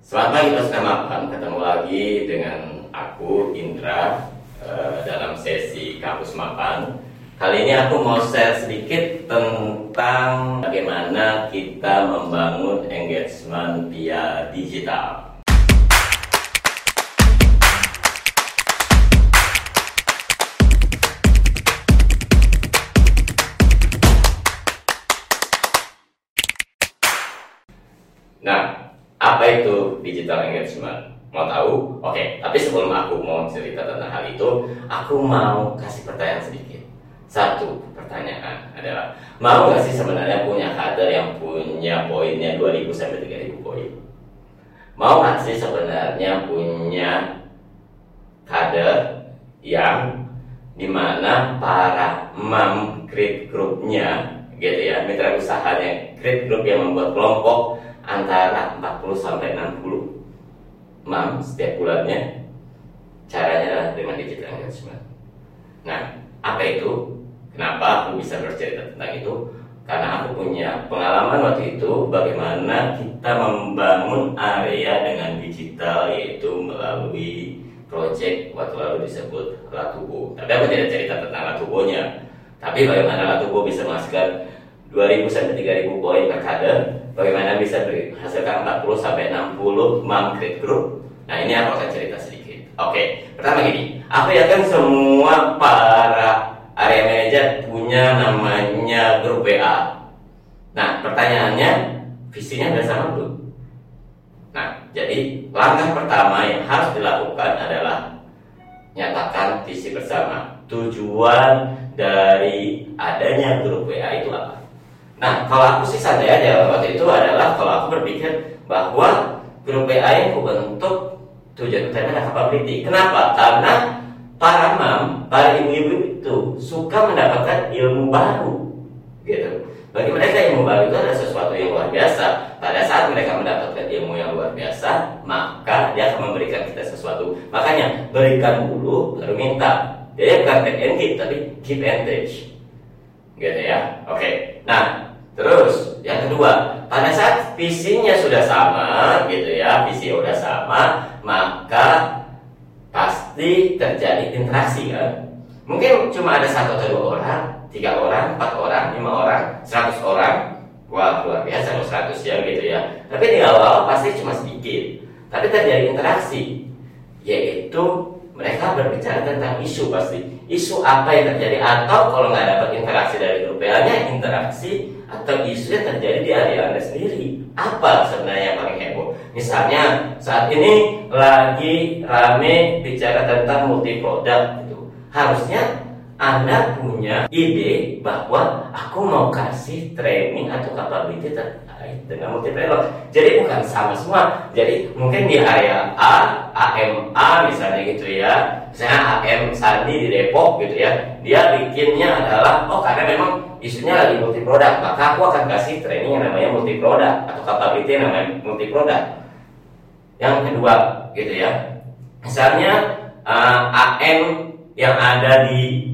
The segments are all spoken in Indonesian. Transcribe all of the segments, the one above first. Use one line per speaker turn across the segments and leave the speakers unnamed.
Selamat pagi Mas Namapan, ketemu lagi dengan aku Indra dalam sesi Kampus Mapan. Kali ini aku mau share sedikit tentang bagaimana kita membangun engagement via digital. Nah, apa itu digital engagement? Mau tahu? Oke, tapi sebelum aku mau cerita tentang hal itu, aku mau kasih pertanyaan sedikit. Satu pertanyaan adalah, mau nggak sih sebenarnya punya kader yang punya poinnya 2000 sampai 3000 poin? Mau nggak sih sebenarnya punya kader yang dimana para create grupnya, gitu ya, mitra usahanya create grup yang membuat kelompok antara 40 sampai 60 setiap bulannya. Caranya adalah dengan digital engagement. Nah, apa itu? Kenapa aku bisa bercerita tentang itu? Karena aku punya pengalaman waktu itu bagaimana kita membangun area dengan digital, yaitu melalui project waktu lalu disebut Latubo. Tapi aku tidak cerita tentang Latubonya, tapi bagaimana Latubo bisa menghasilkan 2000 sampai 3000 poin per kader, bagaimana bisa menghasilkan 40 sampai 60 create group. Nah, ini aku akan cerita sedikit. Oke, pertama gini, aku yakin semua para area manager punya namanya grup WA. Nah, pertanyaannya, visinya sudah sama belum? Nah, jadi langkah pertama yang harus dilakukan adalah nyatakan visi bersama. Tujuan dari adanya grup WA itu apa? Nah, kalau aku sih santai aja waktu itu adalah kalau aku berpikir bahwa grup WA yang aku bentuk tujuan utama adalah capability. Kenapa? Karena para ibu-ibu itu suka mendapatkan ilmu baru, gitu. Bagi mereka ilmu baru itu adalah sesuatu yang luar biasa. Pada saat mereka mendapatkan ilmu yang luar biasa, maka dia akan memberikan kita sesuatu. Makanya berikan dulu baru minta. Jadi bukan take and give, tapi give and take, gitu ya. Oke. Nah, terus yang kedua, pada saat visinya sudah sama, gitu ya, visi sudah sama, maka pasti terjadi interaksi kan. Mungkin cuma ada 1 atau 2 orang, 3 orang, 4 orang, 5 orang, 100 orang. Wah, luar biasa loh 100 ya, gitu ya. Tapi di awal pasti cuma sedikit, tapi terjadi interaksi, yaitu mereka berbicara tentang isu pasti. Isu apa yang terjadi, atau kalau nggak dapat interaksi dari grup WA-nya, interaksi atau isu yang terjadi di area Anda sendiri. Apa sebenarnya yang paling heboh? Misalnya saat ini lagi rame bicara tentang multi produk gitu. Harusnya Anda punya ide bahwa aku mau kasih training atau capability terkait dengan multi produk. Jadi bukan sama semua. Jadi mungkin di area A, AMA misalnya gitu ya. Misalnya AM Sandi di Depok gitu ya. Dia bikinnya adalah, karena memang isunya lagi multi produk, maka aku akan kasih training yang namanya multi produk atau capability yang namanya multi produk. Yang kedua gitu ya. Misalnya AM yang ada di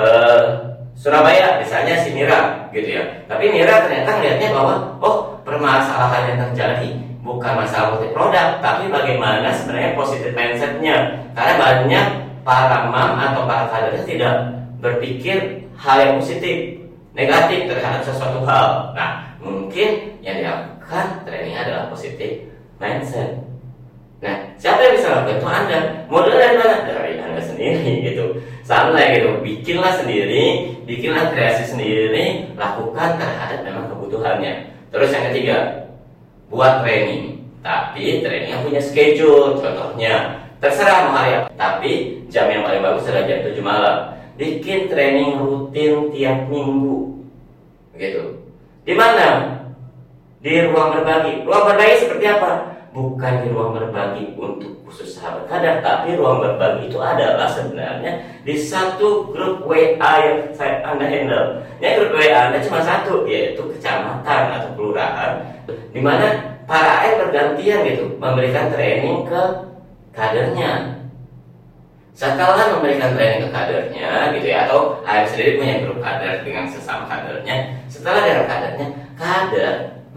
Surabaya, misalnya si Mira gitu ya. Tapi Mira ternyata melihatnya bahwa permasalahan yang terjadi bukan masalah multi produk, tapi bagaimana sebenarnya positive mindsetnya. Karena banyak para atau para kadernya tidak berpikir hal yang positif, negatif terhadap sesuatu hal. Nah, mungkin yang dilakukan training adalah positive mindset. Nah, siapa yang bisa lakukan itu? Anda. Modal dari mana? Dari Anda sendiri gitu. Santai gitu. Bikinlah sendiri, bikinlah kreasi sendiri, lakukan terhadap memang kebutuhannya. Terus yang ketiga, buat training. Tapi training yang punya schedule. Contohnya, terserah mau hari apa, tapi jam yang paling bagus adalah jam 7 malam. Bikin training rutin tiap minggu, gitu. Di mana? Di ruang berbagi. Ruang berbagi seperti apa? Bukan di ruang berbagi untuk khusus sahabat kader, tapi ruang berbagi itu adalah sebenarnya di satu grup WA yang Anda handle. Ya, grup WA Anda cuma satu, yaitu kecamatan atau kelurahan, di mana para AM bergantian gitu memberikan training ke kadernya. Setelah memberikan training ke kadernya gitu ya, atau AM sendiri punya grup kader dengan sesama kadernya. Setelah dari kadernya, kader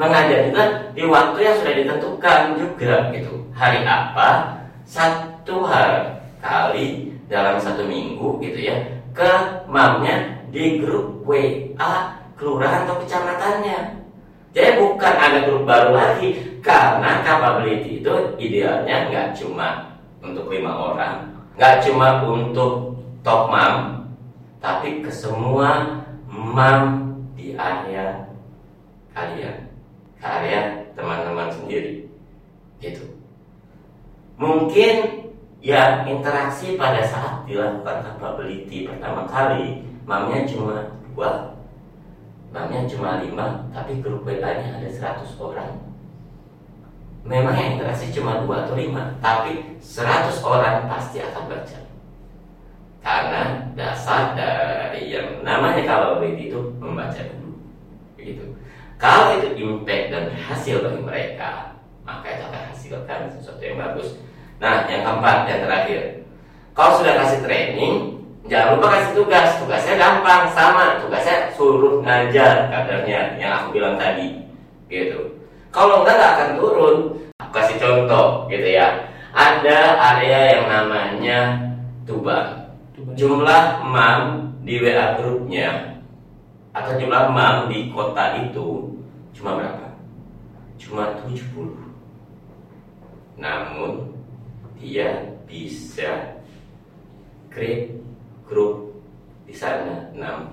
mengajar juga di waktu yang sudah ditentukan juga gitu. Hari apa? Satu hari kali dalam satu minggu gitu ya, ke mamnya di grup WA kelurahan atau kecamatannya. Jadi bukan ada grup baru lagi, karena capability itu idealnya nggak cuma untuk 5 orang, nggak cuma untuk top mam, tapi ke semua mam di area kalian, ke area teman-teman sendiri gitu. Mungkin ya interaksi pada saat dilakukan capability pertama kali mamnya cuma 2, mamnya cuma 5, tapi grup WA-nya ada 100 orang. Memang yang interaksi cuma 2 atau 5, tapi 100 orang pasti akan baca. Karena dasar dari yang namanya capability itu membaca dulu. Begitu. Kalau itu impact dan hasil bagi mereka, maka itu akan hasilkan sesuatu yang bagus. Nah, yang keempat, yang terakhir, kalau sudah kasih training, jangan lupa kasih tugas. Tugasnya gampang, sama. Tugasnya suruh ngajar kadernya, yang aku bilang tadi gitu. Kalau enggak akan turun. Aku kasih contoh gitu ya. Ada area yang namanya Tuban. Jumlah mam di WA grupnya atau jumlah mam di kota itu cuma berapa? Cuma 70. Namun dia bisa create grup di sana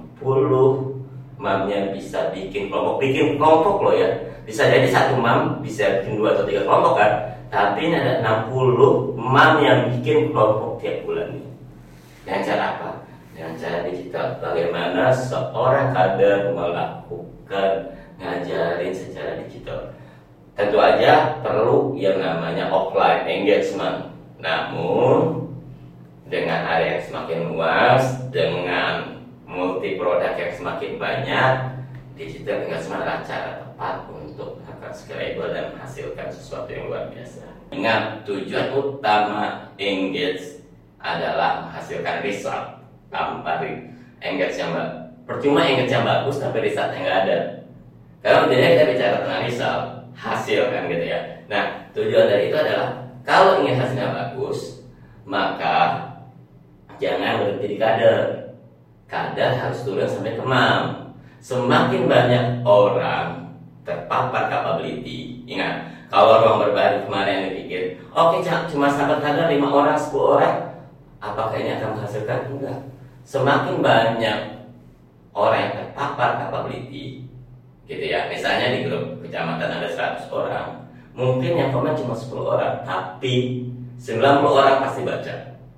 60 mamnya, bisa bikin kelompok loh ya. Bisa jadi satu mam bisa bikin 2 atau 3 kelompok kan, tapi ini ada 60 mam yang bikin kelompok tiap bulan nih. Dengan cara apa? Dengan cara digital. Bagaimana seorang kader melakukan ngajarin secara digital? Tentu aja perlu yang namanya offline engagement. Namun dengan area yang semakin luas, dengan multi produk yang semakin banyak, digital engagement adalah cara tepat untuk akan scalable dan menghasilkan sesuatu yang luar biasa. Ingat, tujuan utama engage adalah menghasilkan result. Tanpa engage yang percuma engage yang bagus tapi resultnya nggak ada. Karena ujiannya kita bicara tentang result, hasil kan gitu ya. Nah, tujuan dari itu adalah kalau ingin hasilnya bagus, maka jangan berhenti di kader. Kader harus turun sampai ke mam. Semakin banyak orang terpapar capability, ingat, kalau ruang berbagi kemarin yang dipikir, oke, cuma sahabat kader 5 orang, 10 orang, apakah ini akan menghasilkan? Enggak. Semakin banyak orang yang terpapar capability, gitu ya. Misalnya di grup kecamatan ada 100 orang, mungkin yang komen cuma 10 orang, tapi 90 orang pasti baca.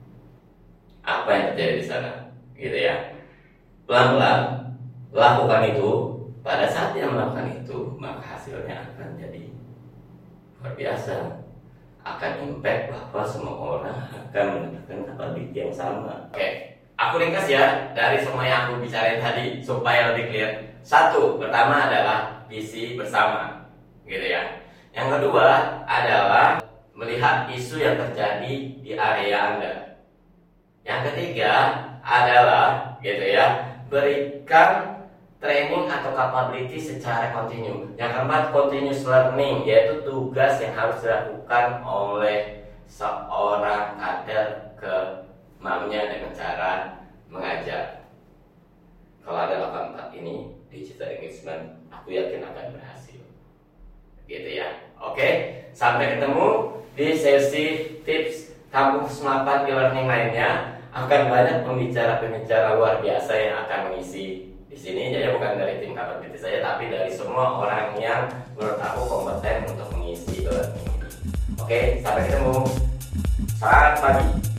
Apa yang terjadi di sana, gitu ya. Pelan-pelan lakukan itu. Pada saat yang melakukan itu, maka hasilnya akan jadi luar biasa. Akan impact bahwa semua orang akan mendapatkan capability yang sama. Oke, aku ringkas ya dari semua yang aku bicarain tadi supaya lebih clear. 1, pertama adalah visi bersama, gitu ya. Yang kedua adalah melihat isu yang terjadi di area Anda. Yang ketiga adalah, gitu ya, berikan training atau capability secara kontinu. Yang keempat, continuous learning, yaitu tugas yang harus dilakukan oleh seorang kader ke mamnya dengan cara mengajar. Kalau ada 84 ini, digital engagement, aku yakin akan berhasil. Gitu ya. Oke, sampai ketemu di sesi tips kampus 8 e-learning lainnya. Akan banyak pembicara-pembicara luar biasa yang akan mengisi di sini. Jadi bukan dari tim capability saja, tapi dari semua orang yang menurut aku kompeten untuk mengisi e-learning ini. Oke, sampai ketemu. Selamat pagi.